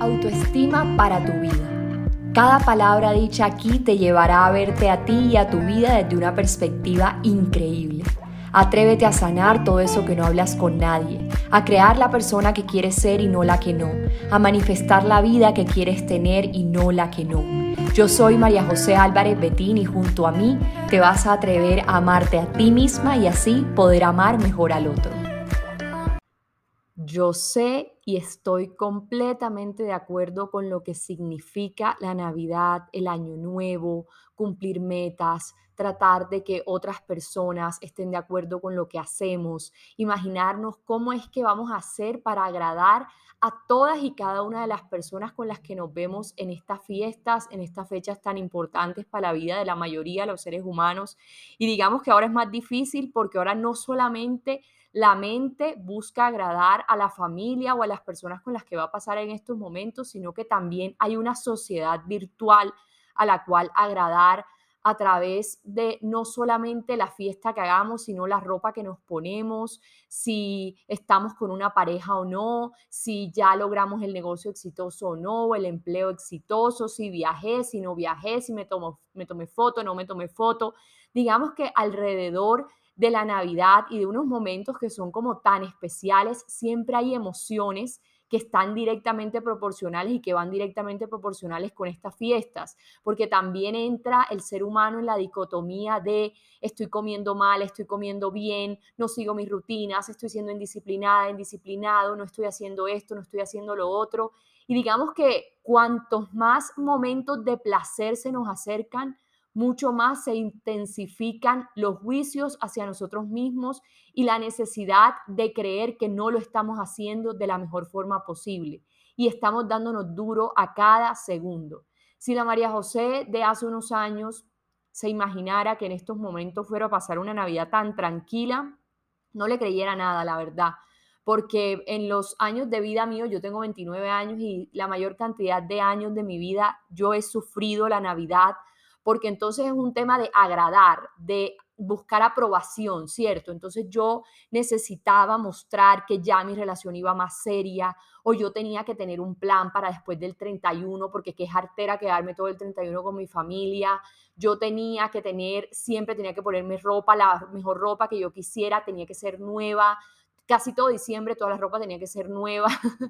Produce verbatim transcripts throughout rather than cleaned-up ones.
Autoestima para tu vida. Cada palabra dicha aquí te llevará a verte a ti y a tu vida desde una perspectiva increíble. Atrévete a sanar todo eso que no hablas con nadie, a crear la persona que quieres ser y no la que no, a manifestar la vida que quieres tener y no la que no. Yo soy María José Álvarez Betín y junto a mí te vas a atrever a amarte a ti misma y así poder amar mejor al otro. Yo sé y estoy completamente de acuerdo con lo que significa la Navidad, el Año Nuevo, cumplir metas, tratar de que otras personas estén de acuerdo con lo que hacemos, imaginarnos cómo es que vamos a hacer para agradar a todas y cada una de las personas con las que nos vemos en estas fiestas, en estas fechas tan importantes para la vida de la mayoría de los seres humanos. Y digamos que ahora es más difícil porque ahora no solamente la mente busca agradar a la familia o a las personas con las que va a pasar en estos momentos, sino que también hay una sociedad virtual a la cual agradar a través de no solamente la fiesta que hagamos, sino la ropa que nos ponemos, si estamos con una pareja o no, si ya logramos el negocio exitoso o no, el empleo exitoso, si viajé, si no viajé, si me, tomo, me tomé foto, no me tomé foto. Digamos que alrededor de la Navidad y de unos momentos que son como tan especiales, siempre hay emociones que están directamente proporcionales y que van directamente proporcionales con estas fiestas, porque también entra el ser humano en la dicotomía de estoy comiendo mal, estoy comiendo bien, no sigo mis rutinas, estoy siendo indisciplinada, indisciplinado, no estoy haciendo esto, no estoy haciendo lo otro. Y digamos que cuantos más momentos de placer se nos acercan, mucho más se intensifican los juicios hacia nosotros mismos y la necesidad de creer que no lo estamos haciendo de la mejor forma posible y estamos dándonos duro a cada segundo. Si la María José de hace unos años se imaginara que en estos momentos fuera a pasar una Navidad tan tranquila, no le creyera nada, la verdad, porque en los años de vida mío, yo tengo veintinueve años y la mayor cantidad de años de mi vida yo he sufrido la Navidad, porque entonces es un tema de agradar, de buscar aprobación, ¿cierto? Entonces yo necesitaba mostrar que ya mi relación iba más seria o yo tenía que tener un plan para después del treinta y uno, porque qué jartera quedarme todo el treinta y uno con mi familia. Yo tenía que tener, siempre tenía que ponerme ropa, la mejor ropa que yo quisiera, tenía que ser nueva. Casi todo diciembre toda la ropa tenía que ser nueva,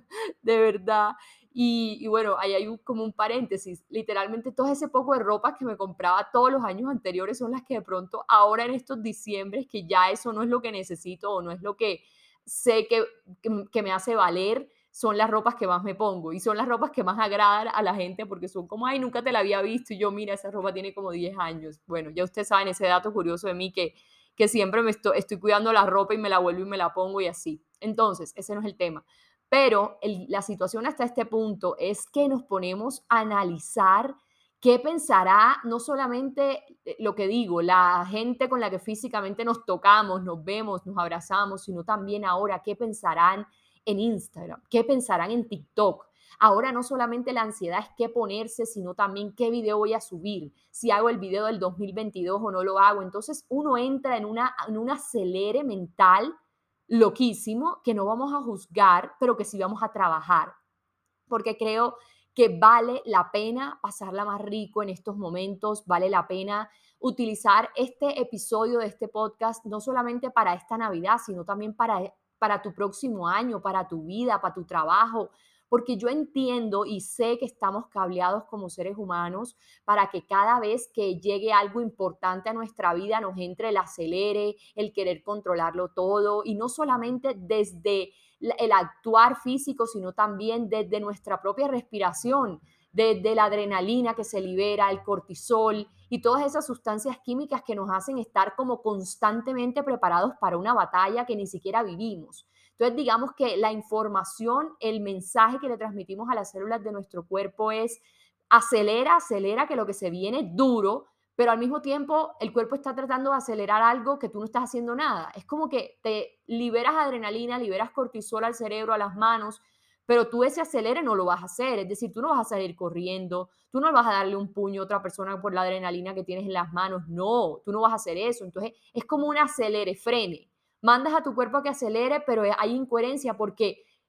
de verdad. Y, y bueno, ahí hay un, como un paréntesis. Literalmente todo ese poco de ropa que me compraba todos los años anteriores son las que de pronto ahora en estos diciembres, que ya eso no es lo que necesito o no es lo que sé que, que, que me hace valer, son las ropas que más me pongo y son las ropas que más agradan a la gente porque son como, ay, nunca te la había visto y yo, mira, esa ropa tiene como diez años. Bueno, ya ustedes saben ese dato curioso de mí que, que siempre me estoy, estoy cuidando la ropa y me la vuelvo y me la pongo y así. Entonces, ese no es el tema. Pero el, la situación hasta este punto es que nos ponemos a analizar qué pensará no solamente lo que digo, la gente con la que físicamente nos tocamos, nos vemos, nos abrazamos, sino también ahora qué pensarán en Instagram, qué pensarán en TikTok. Ahora no solamente la ansiedad es qué ponerse, sino también qué video voy a subir, si hago el video del dos mil veintidós o no lo hago. Entonces uno entra en, una, en un acelere mental loquísimo que no vamos a juzgar, pero que sí vamos a trabajar, porque creo que vale la pena pasarla más rico en estos momentos, vale la pena utilizar este episodio de este podcast no solamente para esta Navidad, sino también para, para tu próximo año, para tu vida, para tu trabajo, porque yo entiendo y sé que estamos cableados como seres humanos para que cada vez que llegue algo importante a nuestra vida nos entre el acelere, el querer controlarlo todo y no solamente desde el actuar físico, sino también desde nuestra propia respiración, desde la adrenalina que se libera, el cortisol y todas esas sustancias químicas que nos hacen estar como constantemente preparados para una batalla que ni siquiera vivimos. Entonces, digamos que la información, el mensaje que le transmitimos a las células de nuestro cuerpo es acelera, acelera, que lo que se viene es duro, pero al mismo tiempo el cuerpo está tratando de acelerar algo que tú no estás haciendo nada. Es como que te liberas adrenalina, liberas cortisol al cerebro, a las manos, pero tú ese acelere no lo vas a hacer. Es decir, tú no vas a salir corriendo, tú no vas a darle un puño a otra persona por la adrenalina que tienes en las manos. No, tú no vas a hacer eso. Entonces es como un acelere, frene. Mandas a tu cuerpo a que acelere, pero hay incoherencia porque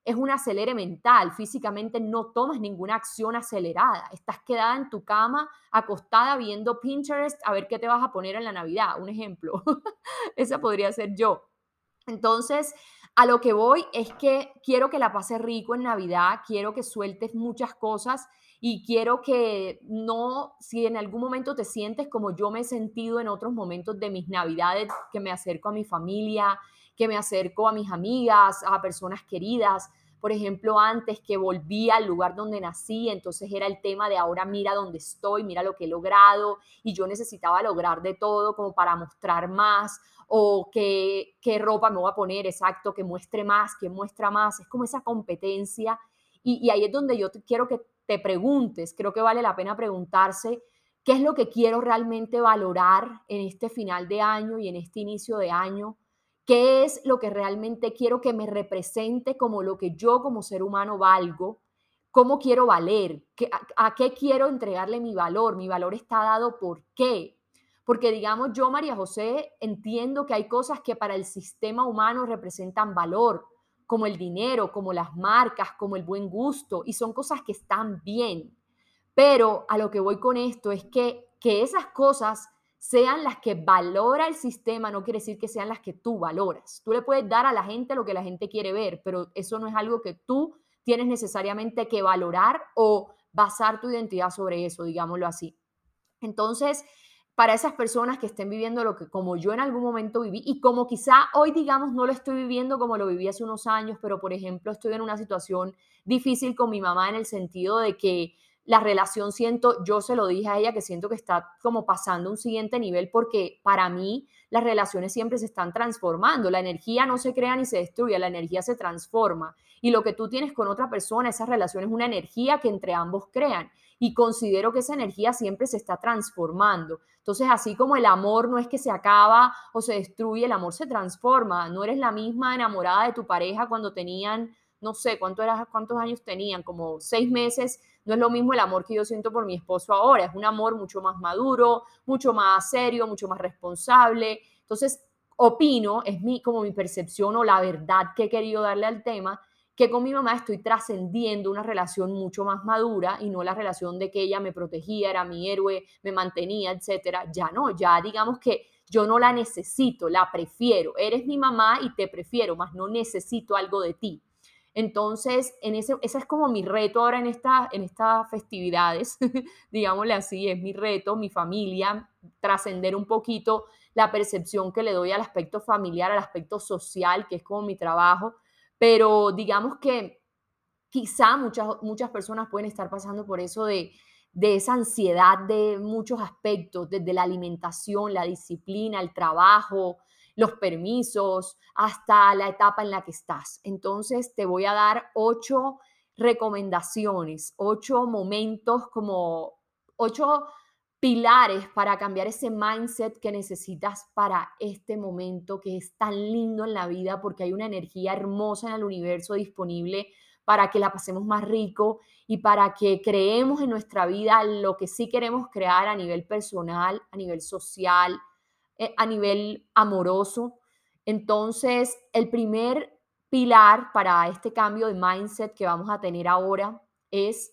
es un acelere mental. Físicamente no tomas ninguna acción acelerada. Estás quedada en tu cama, acostada, viendo Pinterest, a ver qué te vas a poner en la Navidad. Un ejemplo. Esa podría ser yo. Entonces, a lo que voy es que quiero que la pases rico en Navidad, quiero que sueltes muchas cosas y quiero que no, si en algún momento te sientes como yo me he sentido en otros momentos de mis Navidades, que me acerco a mi familia, que me acerco a mis amigas, a personas queridas. Por ejemplo, antes que volví al lugar donde nací, entonces era el tema de ahora mira dónde estoy, mira lo que he logrado y yo necesitaba lograr de todo como para mostrar más o qué, qué ropa me voy a poner, exacto, que muestre más, que muestra más. Es como esa competencia y, y ahí es donde yo te, quiero que te preguntes, creo que vale la pena preguntarse qué es lo que quiero realmente valorar en este final de año y en este inicio de año. ¿Qué es lo que realmente quiero que me represente como lo que yo como ser humano valgo? ¿Cómo quiero valer? ¿Qué, a, ¿A qué quiero entregarle mi valor? Mi valor está dado por qué. Porque digamos, yo, María José, entiendo que hay cosas que para el sistema humano representan valor, como el dinero, como las marcas, como el buen gusto, y son cosas que están bien. Pero a lo que voy con esto es que, que esas cosas sean las que valora el sistema, no quiere decir que sean las que tú valoras. Tú le puedes dar a la gente lo que la gente quiere ver, pero eso no es algo que tú tienes necesariamente que valorar o basar tu identidad sobre eso, digámoslo así. Entonces, para esas personas que estén viviendo lo que como yo en algún momento viví y como quizá hoy, digamos, no lo estoy viviendo como lo viví hace unos años, pero por ejemplo, estoy en una situación difícil con mi mamá en el sentido de que la relación siento, yo se lo dije a ella, que siento que está como pasando un siguiente nivel porque para mí las relaciones siempre se están transformando, la energía no se crea ni se destruye, la energía se transforma y lo que tú tienes con otra persona, esa relación es una energía que entre ambos crean y considero que esa energía siempre se está transformando. Entonces, así como el amor no es que se acaba o se destruye, el amor se transforma. No eres la misma enamorada de tu pareja cuando tenían, no sé, ¿cuánto era, cuántos años tenían, como seis meses. No es lo mismo el amor que yo siento por mi esposo ahora. Es un amor mucho más maduro, mucho más serio, mucho más responsable. Entonces, opino, es mi, como mi percepción o la verdad que he querido darle al tema, que con mi mamá estoy trascendiendo una relación mucho más madura y no la relación de que ella me protegía, era mi héroe, me mantenía, etcétera. Ya no, ya digamos que yo no la necesito, la prefiero. Eres mi mamá y te prefiero, más no necesito algo de ti. Entonces, en ese, ese es como mi reto ahora en, esta, en estas festividades, digámosle así, es mi reto, mi familia, trascender un poquito la percepción que le doy al aspecto familiar, al aspecto social, que es como mi trabajo, pero digamos que quizá muchas, muchas personas pueden estar pasando por eso de, de esa ansiedad de muchos aspectos, desde la alimentación, la disciplina, el trabajo, los permisos, hasta la etapa en la que estás. Entonces te voy a dar ocho recomendaciones, ocho momentos como ocho pilares para cambiar ese mindset que necesitas para este momento que es tan lindo en la vida porque hay una energía hermosa en el universo disponible para que la pasemos más rico y para que creemos en nuestra vida lo que sí queremos crear a nivel personal, a nivel social, eh, a nivel amoroso. Entonces, el primer pilar para este cambio de mindset que vamos a tener ahora es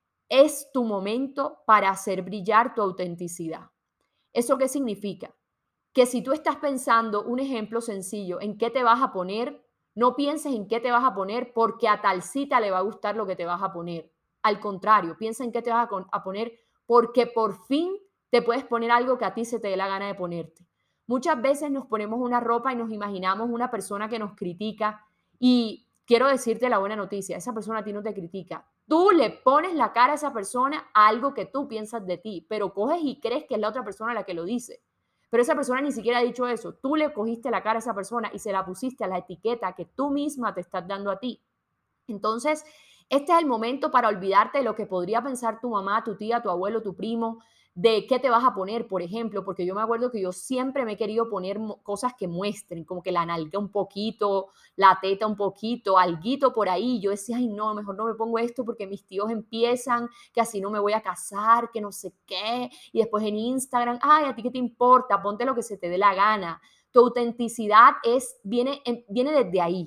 es tu momento para hacer brillar tu autenticidad. ¿Eso qué significa? Que si tú estás pensando, un ejemplo sencillo, en qué te vas a poner, no pienses en qué te vas a poner porque a tal cita le va a gustar lo que te vas a poner. Al contrario, piensa en qué te vas a, a poner porque por fin te puedes poner algo que a ti se te dé la gana de ponerte. Muchas veces nos ponemos una ropa y nos imaginamos una persona que nos critica y quiero decirte la buena noticia, esa persona a ti no te critica. Tú le pones la cara a esa persona a algo que tú piensas de ti, pero coges y crees que es la otra persona la que lo dice. Pero esa persona ni siquiera ha dicho eso. Tú le cogiste la cara a esa persona y se la pusiste a la etiqueta que tú misma te estás dando a ti. Entonces, este es el momento para olvidarte de lo que podría pensar tu mamá, tu tía, tu abuelo, tu primo, de qué te vas a poner, por ejemplo, porque yo me acuerdo que yo siempre me he querido poner cosas que muestren, como que la nalga un poquito, la teta un poquito, alguito por ahí. Yo decía, ay, no, mejor no me pongo esto porque mis tíos empiezan, que así no me voy a casar, que no sé qué. Y después en Instagram, ay, ¿a ti qué te importa? Ponte lo que se te dé la gana. Tu autenticidad es, viene, viene desde ahí.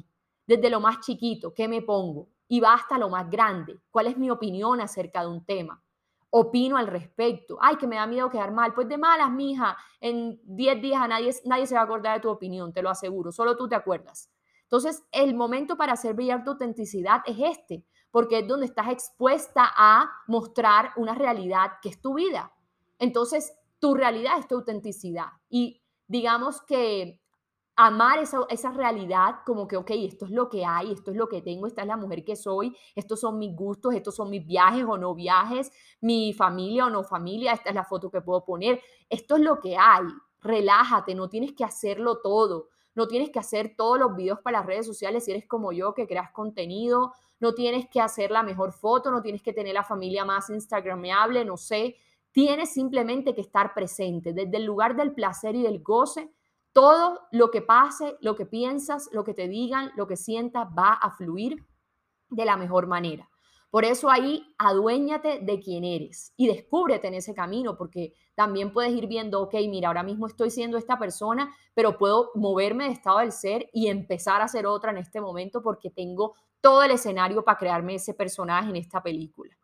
Desde lo más chiquito, ¿qué me pongo? Y va hasta lo más grande. ¿Cuál es mi opinión acerca de un tema? Opino al respecto. Ay, que me da miedo quedar mal. Pues de malas, mija, en diez días a nadie, nadie se va a acordar de tu opinión, te lo aseguro. Solo tú te acuerdas. Entonces, el momento para hacer brillar tu autenticidad es este, porque es donde estás expuesta a mostrar una realidad que es tu vida. Entonces, tu realidad es tu autenticidad. Y digamos que amar esa, esa realidad como que, ok, esto es lo que hay, esto es lo que tengo, esta es la mujer que soy, estos son mis gustos, estos son mis viajes o no viajes, mi familia o no familia, esta es la foto que puedo poner, esto es lo que hay, relájate, no tienes que hacerlo todo, no tienes que hacer todos los videos para las redes sociales si eres como yo que creas contenido, no tienes que hacer la mejor foto, no tienes que tener la familia más instagramable, no sé, tienes simplemente que estar presente desde el lugar del placer y del goce. Todo lo que pase, lo que piensas, lo que te digan, lo que sientas va a fluir de la mejor manera. Por eso ahí aduéñate de quién eres y descúbrete en ese camino, porque también puedes ir viendo, ok, mira, ahora mismo estoy siendo esta persona, pero puedo moverme de estado del ser y empezar a ser otra en este momento porque tengo todo el escenario para crearme ese personaje en esta película.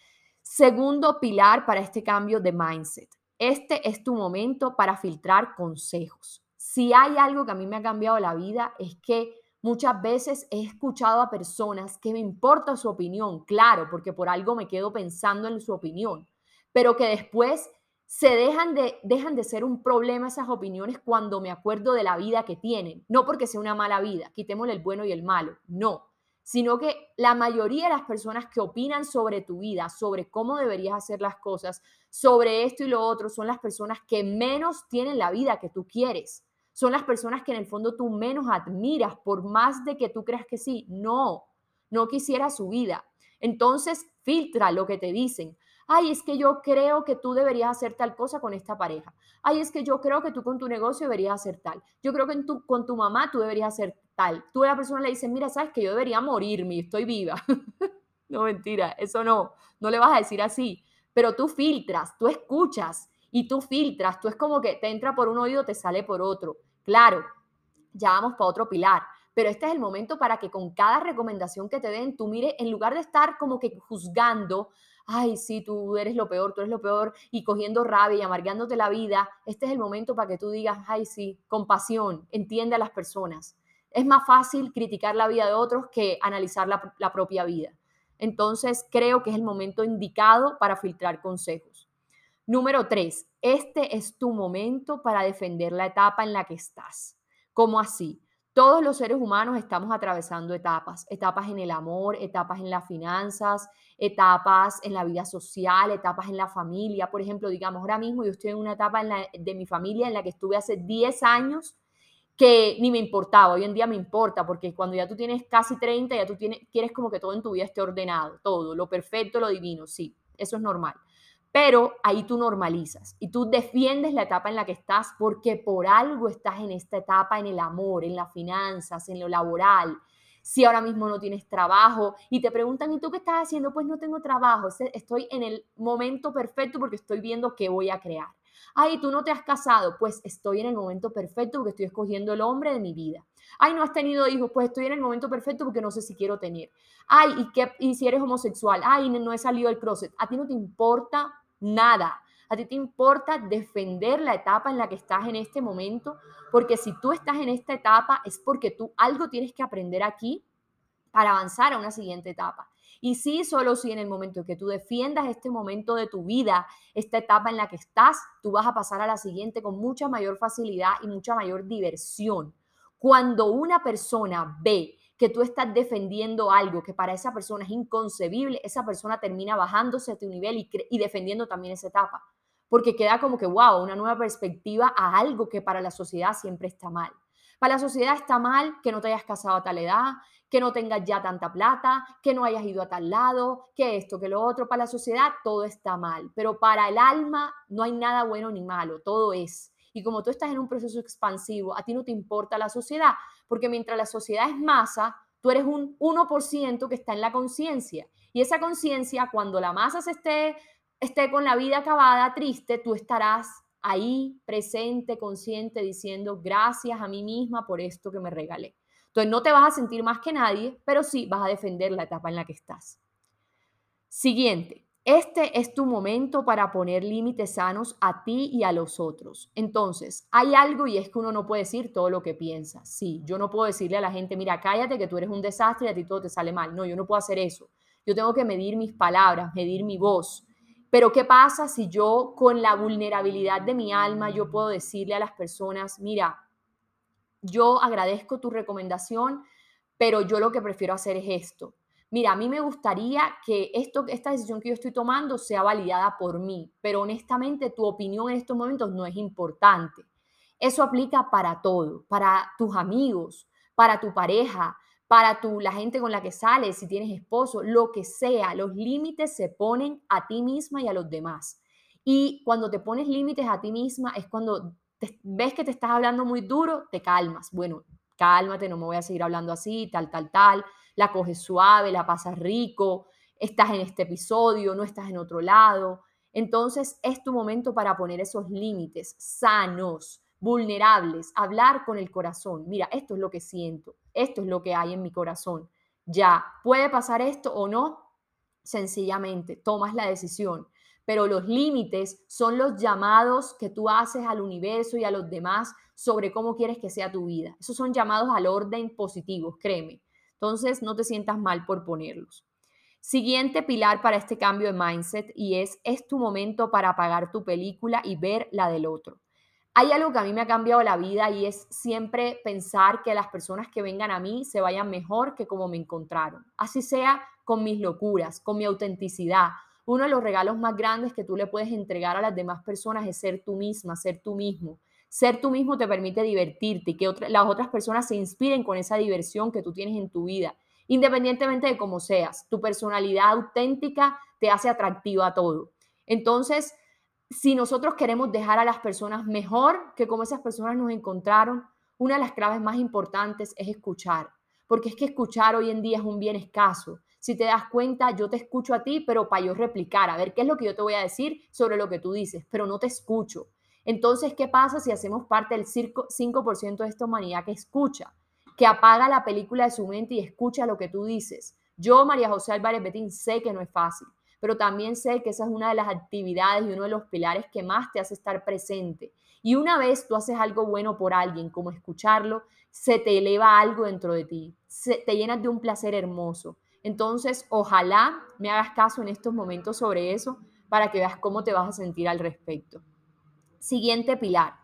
Segundo pilar para este cambio de mindset. Este es tu momento para filtrar consejos. Si hay algo que a mí me ha cambiado la vida es que muchas veces he escuchado a personas que me importa su opinión, claro, porque por algo me quedo pensando en su opinión, pero que después se dejan de, dejan de ser un problema esas opiniones cuando me acuerdo de la vida que tienen. No porque sea una mala vida, quitémosle el bueno y el malo, no, sino que la mayoría de las personas que opinan sobre tu vida, sobre cómo deberías hacer las cosas, sobre esto y lo otro, son las personas que menos tienen la vida que tú quieres. Son las personas que en el fondo tú menos admiras, por más de que tú creas que sí. No, no quisiera su vida. Entonces, filtra lo que te dicen. Ay, es que yo creo que tú deberías hacer tal cosa con esta pareja. Ay, es que yo creo que tú con tu negocio deberías hacer tal. Yo creo que en tu, con tu mamá tú deberías hacer tal. Tú a la persona le dices, mira, sabes que yo debería morirme y estoy viva. No, mentira, eso no, no le vas a decir así. Pero tú filtras, tú escuchas y tú filtras. Tú es como que te entra por un oído, te sale por otro. Claro, ya vamos para otro pilar. Pero este es el momento para que con cada recomendación que te den, tú mires, en lugar de estar como que juzgando, ay, sí, tú eres lo peor, tú eres lo peor, y cogiendo rabia y amargándote la vida, este es el momento para que tú digas, ay, sí, compasión, entiende a las personas. Es más fácil criticar la vida de otros que analizar la, la propia vida. Entonces, creo que es el momento indicado para filtrar consejos. Número tres, este es tu momento para defender la etapa en la que estás. ¿Cómo así? Todos los seres humanos estamos atravesando etapas, etapas en el amor, etapas en las finanzas, etapas en la vida social, etapas en la familia. Por ejemplo, digamos, ahora mismo yo estoy en una etapa en la, de mi familia en la que estuve hace diez años que ni me importaba, hoy en día me importa, porque cuando ya tú tienes casi treinta, ya tú tienes, quieres como que todo en tu vida esté ordenado, todo, lo perfecto, lo divino, sí, eso es normal. Pero ahí tú normalizas y tú defiendes la etapa en la que estás porque por algo estás en esta etapa, en el amor, en las finanzas, en lo laboral. Si ahora mismo no tienes trabajo y te preguntan, ¿y tú qué estás haciendo? Pues no tengo trabajo, estoy en el momento perfecto porque estoy viendo qué voy a crear. Ay, tú no te has casado, pues estoy en el momento perfecto porque estoy escogiendo el hombre de mi vida. Ay, no has tenido hijos, pues estoy en el momento perfecto porque no sé si quiero tener. Ay, ¿y, qué, y si eres homosexual? Ay, no he salido del closet. A ti no te importa nada. A ti te importa defender la etapa en la que estás en este momento, porque si tú estás en esta etapa es porque tú algo tienes que aprender aquí para avanzar a una siguiente etapa. Y sí, solo si en el momento que tú defiendas este momento de tu vida, esta etapa en la que estás, tú vas a pasar a la siguiente con mucha mayor facilidad y mucha mayor diversión. Cuando una persona ve que tú estás defendiendo algo que para esa persona es inconcebible, esa persona termina bajándose a tu nivel y, y defendiendo también esa etapa. Porque queda como que, wow, una nueva perspectiva a algo que para la sociedad siempre está mal. Para la sociedad está mal que no te hayas casado a tal edad, que no tengas ya tanta plata, que no hayas ido a tal lado, que esto, que lo otro. Para la sociedad todo está mal, pero para el alma no hay nada bueno ni malo, todo es. Y como tú estás en un proceso expansivo, a ti no te importa la sociedad, porque mientras la sociedad es masa, tú eres un uno por ciento que está en la conciencia. Y esa conciencia, cuando la masa se esté, esté con la vida acabada, triste, tú estarás ahí presente, consciente, diciendo gracias a mí misma por esto que me regalé. Entonces no te vas a sentir más que nadie, pero sí vas a defender la etapa en la que estás. Siguiente, este es tu momento para poner límites sanos a ti y a los otros. Entonces, hay algo y es que uno no puede decir todo lo que piensa. Sí, yo no puedo decirle a la gente, mira, cállate que tú eres un desastre y a ti todo te sale mal. No, yo no puedo hacer eso. Yo tengo que medir mis palabras, medir mi voz. Pero ¿qué pasa si yo con la vulnerabilidad de mi alma, yo puedo decirle a las personas, mira, yo agradezco tu recomendación, pero yo lo que prefiero hacer es esto. Mira, a mí me gustaría que esto, esta decisión que yo estoy tomando sea validada por mí, pero honestamente tu opinión en estos momentos no es importante. Eso aplica para todo, para tus amigos, para tu pareja, para tu, la gente con la que sales, si tienes esposo, lo que sea. Los límites se ponen a ti misma y a los demás. Y cuando te pones límites a ti misma es cuando te, ves que te estás hablando muy duro, te calmas. Bueno, cálmate, no me voy a seguir hablando así, tal, tal, tal. La coges suave, la pasas rico, estás en este episodio, no estás en otro lado. Entonces es tu momento para poner esos límites sanos, vulnerables, hablar con el corazón. Mira, esto es lo que siento, esto es lo que hay en mi corazón. Ya, puede pasar esto o no, sencillamente tomas la decisión. Pero los límites son los llamados que tú haces al universo y a los demás sobre cómo quieres que sea tu vida. Esos son llamados al orden positivos, créeme. Entonces, no te sientas mal por ponerlos. Siguiente pilar para este cambio de mindset y es, es tu momento para apagar tu película y ver la del otro. Hay algo que a mí me ha cambiado la vida y es siempre pensar que las personas que vengan a mí se vayan mejor que como me encontraron. Así sea con mis locuras, con mi autenticidad. Uno de los regalos más grandes que tú le puedes entregar a las demás personas es ser tú misma, ser tú mismo. Ser tú mismo te permite divertirte y que otra, las otras personas se inspiren con esa diversión que tú tienes en tu vida, independientemente de cómo seas. Tu personalidad auténtica te hace atractiva a todo. Entonces, si nosotros queremos dejar a las personas mejor que como esas personas nos encontraron, una de las claves más importantes es escuchar, porque es que escuchar hoy en día es un bien escaso. Si te das cuenta, yo te escucho a ti, pero para yo replicar, a ver qué es lo que yo te voy a decir sobre lo que tú dices, pero no te escucho. Entonces, ¿qué pasa si hacemos parte del cinco por ciento de esta humanidad que escucha, que apaga la película de su mente y escucha lo que tú dices? Yo, María José Álvarez Betín, sé que no es fácil, pero también sé que esa es una de las actividades y uno de los pilares que más te hace estar presente. Y una vez tú haces algo bueno por alguien, como escucharlo, se te eleva algo dentro de ti, se, te llenas de un placer hermoso. Entonces, ojalá me hagas caso en estos momentos sobre eso para que veas cómo te vas a sentir al respecto. Siguiente pilar,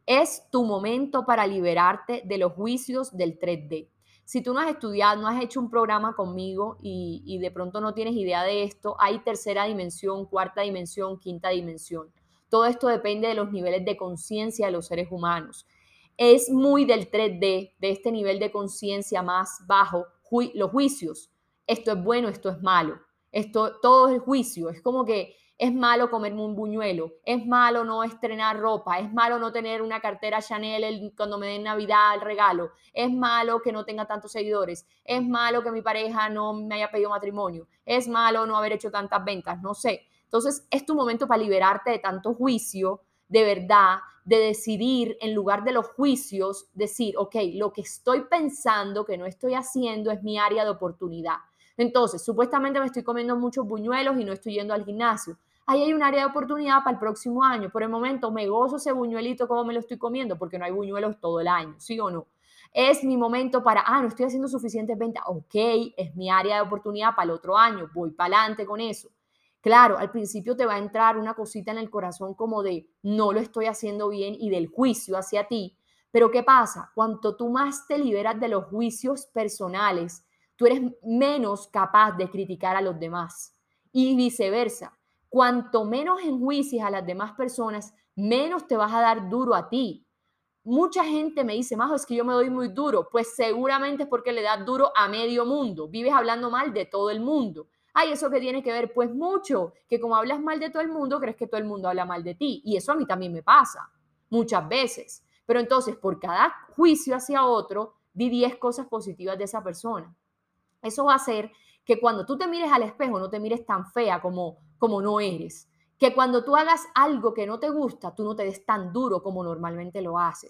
es tu momento para liberarte de los juicios del tres D. Si tú no has estudiado, no has hecho un programa conmigo y, y de pronto no tienes idea de esto, hay tercera dimensión, cuarta dimensión, quinta dimensión. Todo esto depende de los niveles de conciencia de los seres humanos. Es muy del tres D, de este nivel de conciencia más bajo, ju los juicios. Esto es bueno, esto es malo. Esto, todo es juicio. Es como que es malo comerme un buñuelo, es malo no estrenar ropa, es malo no tener una cartera Chanel el, cuando me den Navidad el regalo, es malo que no tenga tantos seguidores, es malo que mi pareja no me haya pedido matrimonio, es malo no haber hecho tantas ventas, no sé. Entonces es tu momento para liberarte de tanto juicio, de verdad, de decidir en lugar de los juicios, decir, ok, lo que estoy pensando que no estoy haciendo es mi área de oportunidad. Entonces, supuestamente me estoy comiendo muchos buñuelos y no estoy yendo al gimnasio. Ahí hay un área de oportunidad para el próximo año. Por el momento me gozo ese buñuelito como me lo estoy comiendo porque no hay buñuelos todo el año, ¿sí o no? Es mi momento para, ah, no estoy haciendo suficientes ventas. Ok, es mi área de oportunidad para el otro año. Voy para adelante con eso. Claro, al principio te va a entrar una cosita en el corazón como de no lo estoy haciendo bien y del juicio hacia ti. Pero ¿qué pasa? Cuanto tú más te liberas de los juicios personales, tú eres menos capaz de criticar a los demás y viceversa. Cuanto menos enjuicies a las demás personas, menos te vas a dar duro a ti. Mucha gente me dice, Majo, es que yo me doy muy duro. Pues seguramente es porque le das duro a medio mundo. Vives hablando mal de todo el mundo. Ay, ¿eso qué tiene que ver? Pues mucho, que como hablas mal de todo el mundo, crees que todo el mundo habla mal de ti. Y eso a mí también me pasa, muchas veces. Pero entonces, por cada juicio hacia otro, di diez cosas positivas de esa persona. Eso va a hacer que cuando tú te mires al espejo no te mires tan fea como, como no eres. Que cuando tú hagas algo que no te gusta, tú no te des tan duro como normalmente lo haces.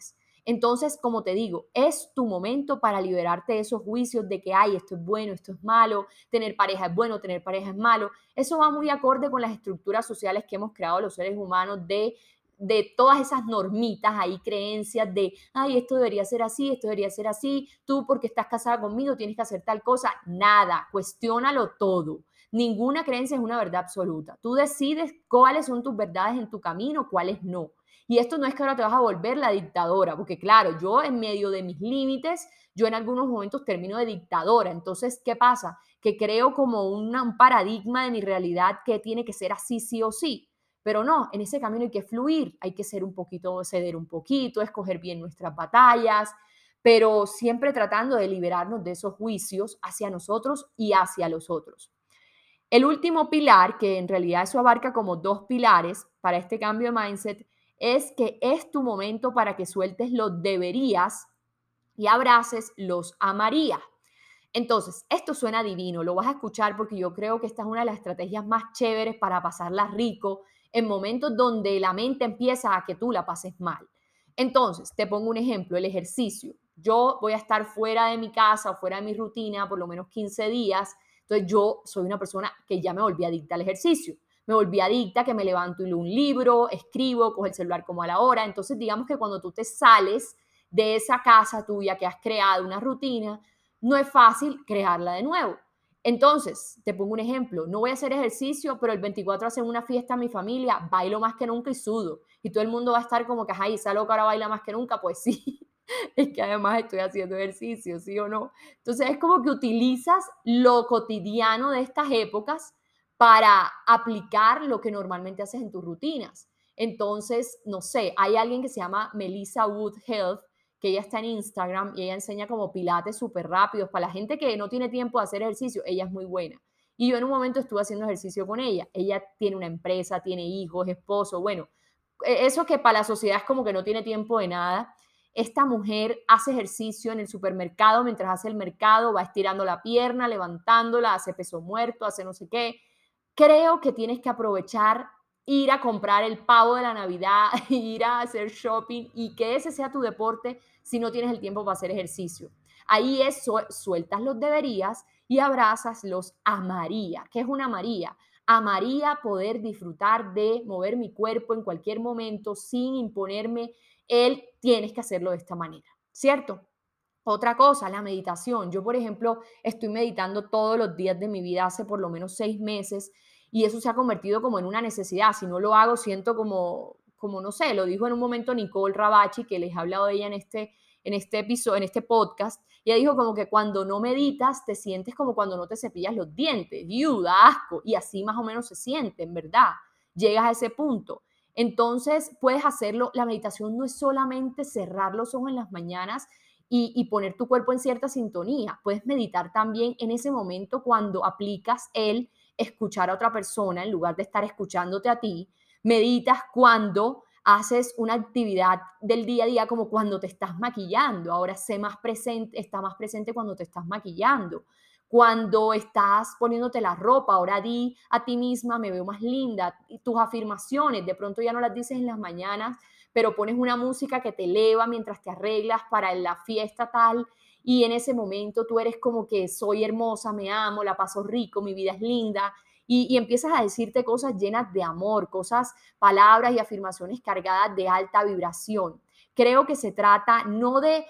Entonces, como te digo, es tu momento para liberarte de esos juicios de que, ay, esto es bueno, esto es malo, tener pareja es bueno, tener pareja es malo. Eso va muy acorde con las estructuras sociales que hemos creado los seres humanos de de todas esas normitas ahí, creencias de, ay, esto debería ser así, esto debería ser así, tú porque estás casada conmigo tienes que hacer tal cosa. Nada, cuestiónalo todo. Ninguna creencia es una verdad absoluta. Tú decides cuáles son tus verdades en tu camino, cuáles no. Y esto no es que ahora te vas a volver la dictadora, porque claro, yo en medio de mis límites, yo en algunos momentos termino de dictadora. Entonces, ¿qué pasa? Que creo como una, un paradigma de mi realidad que tiene que ser así sí o sí. Pero no, en ese camino hay que fluir, hay que ser un poquito, ceder un poquito, escoger bien nuestras batallas, pero siempre tratando de liberarnos de esos juicios hacia nosotros y hacia los otros. El último pilar, que en realidad eso abarca como dos pilares para este cambio de mindset, es que es tu momento para que sueltes los deberías y abraces los amaría. Entonces, esto suena divino, lo vas a escuchar porque yo creo que esta es una de las estrategias más chéveres para pasarla rico en momentos donde la mente empieza a que tú la pases mal. Entonces, te pongo un ejemplo, el ejercicio. Yo voy a estar fuera de mi casa o fuera de mi rutina por lo menos quince días, entonces yo soy una persona que ya me volví adicta al ejercicio. Me volví adicta que me levanto y leo un libro, escribo, cojo el celular como a la hora. Entonces, digamos que cuando tú te sales de esa casa tuya que has creado una rutina, no es fácil crearla de nuevo. Entonces, te pongo un ejemplo, no voy a hacer ejercicio, pero el veinticuatro hacen una fiesta en mi familia, bailo más que nunca y sudo. Y todo el mundo va a estar como que, ay, esa loca ahora baila más que nunca. Pues sí, es que además estoy haciendo ejercicio, ¿sí o no? Entonces, es como que utilizas lo cotidiano de estas épocas para aplicar lo que normalmente haces en tus rutinas. Entonces, no sé, hay alguien que se llama Melissa Wood Health, que ella está en Instagram y ella enseña como pilates súper rápidos. Para la gente que no tiene tiempo de hacer ejercicio, ella es muy buena. Y yo en un momento estuve haciendo ejercicio con ella. Ella tiene una empresa, tiene hijos, esposo, bueno, e, eso que para la sociedad es como que no tiene tiempo de nada. Esta mujer hace ejercicio en el supermercado, mientras hace el mercado, va estirando la pierna, levantándola, hace peso muerto, hace no sé qué. Creo que tienes que aprovechar, ir a comprar el pavo de la Navidad, ir a hacer shopping y que ese sea tu deporte si no tienes el tiempo para hacer ejercicio. Ahí es, sueltas los deberías y abrazas los amaría. ¿Qué es una María? Amaría poder disfrutar de mover mi cuerpo en cualquier momento sin imponerme el tienes que hacerlo de esta manera, ¿cierto? Otra cosa, la meditación. Yo, por ejemplo, estoy meditando todos los días de mi vida hace por lo menos seis meses y eso se ha convertido como en una necesidad. Si no lo hago, siento como, como no sé, lo dijo en un momento Nicole Rabachi, que les he hablado de ella en este, en este episodio, en este podcast. Ella dijo como que cuando no meditas te sientes como cuando no te cepillas los dientes. ¡Iu, da asco! Y así más o menos se siente, en verdad. Llegas a ese punto. Entonces puedes hacerlo. La meditación no es solamente cerrar los ojos en las mañanas y, y poner tu cuerpo en cierta sintonía. Puedes meditar también en ese momento cuando aplicas el escuchar a otra persona en lugar de estar escuchándote a ti. Meditas cuando haces una actividad del día a día como cuando te estás maquillando. Ahora sé más presente, está más presente cuando te estás maquillando. Cuando estás poniéndote la ropa, ahora di a ti misma, me veo más linda. Y tus afirmaciones, de pronto ya no las dices en las mañanas, pero pones una música que te eleva mientras te arreglas para la fiesta tal, y en ese momento tú eres como que soy hermosa, me amo, la paso rico, mi vida es linda, y, y empiezas a decirte cosas llenas de amor, cosas, palabras y afirmaciones cargadas de alta vibración. Creo que se trata no de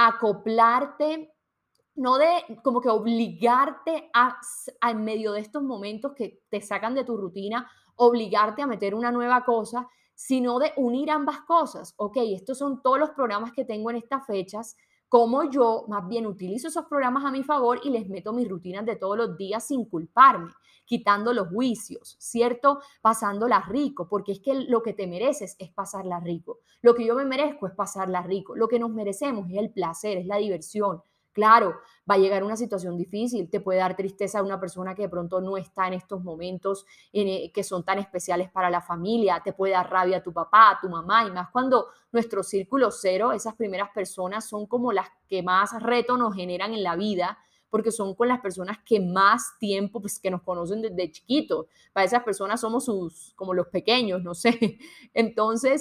acoplarte, no de como que obligarte a, a, en medio de estos momentos que te sacan de tu rutina, obligarte a meter una nueva cosa, sino de unir ambas cosas. Ok, estos son todos los programas que tengo en estas fechas, como yo más bien utilizo esos programas a mi favor y les meto mis rutinas de todos los días sin culparme, quitando los juicios, ¿cierto? Pasándola rico, porque es que lo que te mereces es pasarla rico. Lo que yo me merezco es pasarla rico. Lo que nos merecemos es el placer, es la diversión. Claro, va a llegar una situación difícil, te puede dar tristeza a una persona que de pronto no está en estos momentos en, eh, que son tan especiales para la familia, te puede dar rabia a tu papá, a tu mamá, y más cuando nuestro círculo cero, esas primeras personas son como las que más reto nos generan en la vida, porque son con las personas que más tiempo, pues que nos conocen desde chiquitos. Para esas personas somos sus, como los pequeños, no sé. Entonces,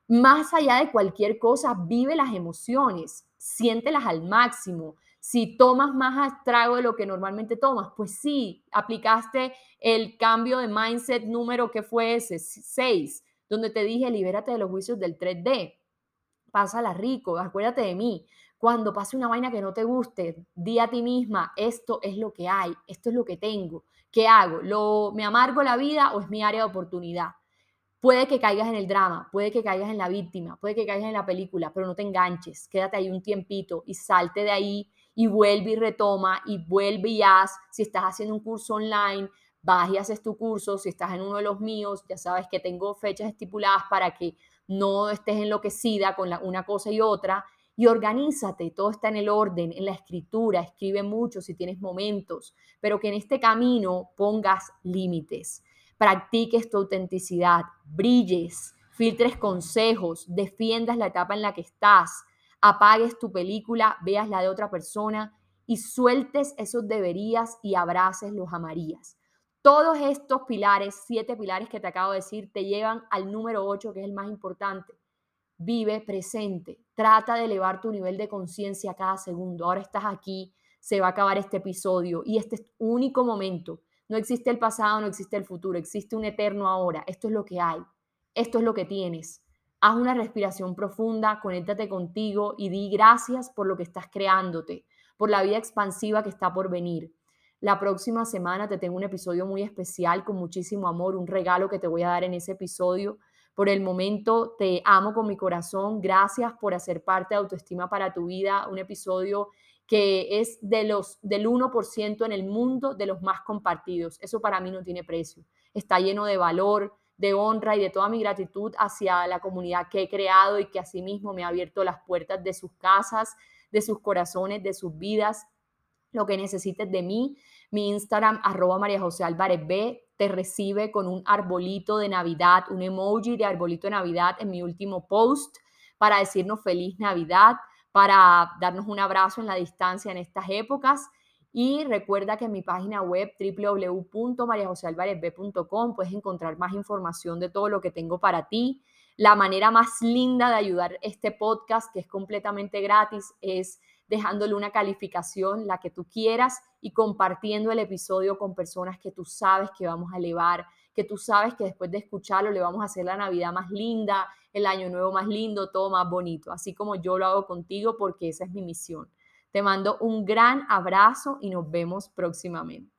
Más allá de cualquier cosa, vive las emociones, siéntelas al máximo. Si tomas más trago de lo que normalmente tomas, pues sí, aplicaste el cambio de mindset número que fue ese, seis, donde te dije, libérate de los juicios del tres D, pásala rico, acuérdate de mí. Cuando pase una vaina que no te guste, di a ti misma, esto es lo que hay, esto es lo que tengo. ¿Qué hago? ¿Lo, ¿Me amargo la vida o es mi área de oportunidad? Puede que caigas en el drama, puede que caigas en la víctima, puede que caigas en la película, pero no te enganches, quédate ahí un tiempito y salte de ahí y vuelve y retoma y vuelve y haz. Si estás haciendo un curso online, vas y haces tu curso. Si estás en uno de los míos, ya sabes que tengo fechas estipuladas para que no estés enloquecida con la, una cosa y otra. Y organízate, todo está en el orden, en la escritura, escribe mucho si tienes momentos, pero que en este camino pongas límites, practiques tu autenticidad, brilles, filtres consejos, defiendas la etapa en la que estás, apagues tu película, veas la de otra persona y sueltes esos deberías y abraces los amarías. Todos estos pilares, siete pilares que te acabo de decir, te llevan al número ocho, que es el más importante. Vive presente, trata de elevar tu nivel de conciencia cada segundo. Ahora estás aquí, se va a acabar este episodio y este es tu único momento. No existe el pasado, no existe el futuro, existe un eterno ahora. Esto es lo que hay, esto es lo que tienes. Haz una respiración profunda, conéctate contigo y di gracias por lo que estás creándote, por la vida expansiva que está por venir. La próxima semana te tengo un episodio muy especial con muchísimo amor, un regalo que te voy a dar en ese episodio. Por el momento te amo con mi corazón. Gracias por hacer parte de Autoestima para tu vida, un episodio que es de los, del uno por ciento en el mundo de los más compartidos. Eso para mí no tiene precio. Está lleno de valor, de honra y de toda mi gratitud hacia la comunidad que he creado y que asimismo me ha abierto las puertas de sus casas, de sus corazones, de sus vidas. Lo que necesites de mí, mi Instagram, arroba María José Álvarez B, te recibe con un arbolito de Navidad, un emoji de arbolito de Navidad en mi último post para decirnos feliz Navidad, para darnos un abrazo en la distancia en estas épocas. Y recuerda que en mi página web w w w punto maria jose alvarez b punto com puedes encontrar más información de todo lo que tengo para ti. La manera más linda de ayudar este podcast, que es completamente gratis, es dejándole una calificación, la que tú quieras, y compartiendo el episodio con personas que tú sabes que vamos a elevar, que tú sabes que después de escucharlo le vamos a hacer la Navidad más linda, el Año Nuevo más lindo, todo más bonito, así como yo lo hago contigo porque esa es mi misión. Te mando un gran abrazo y nos vemos próximamente.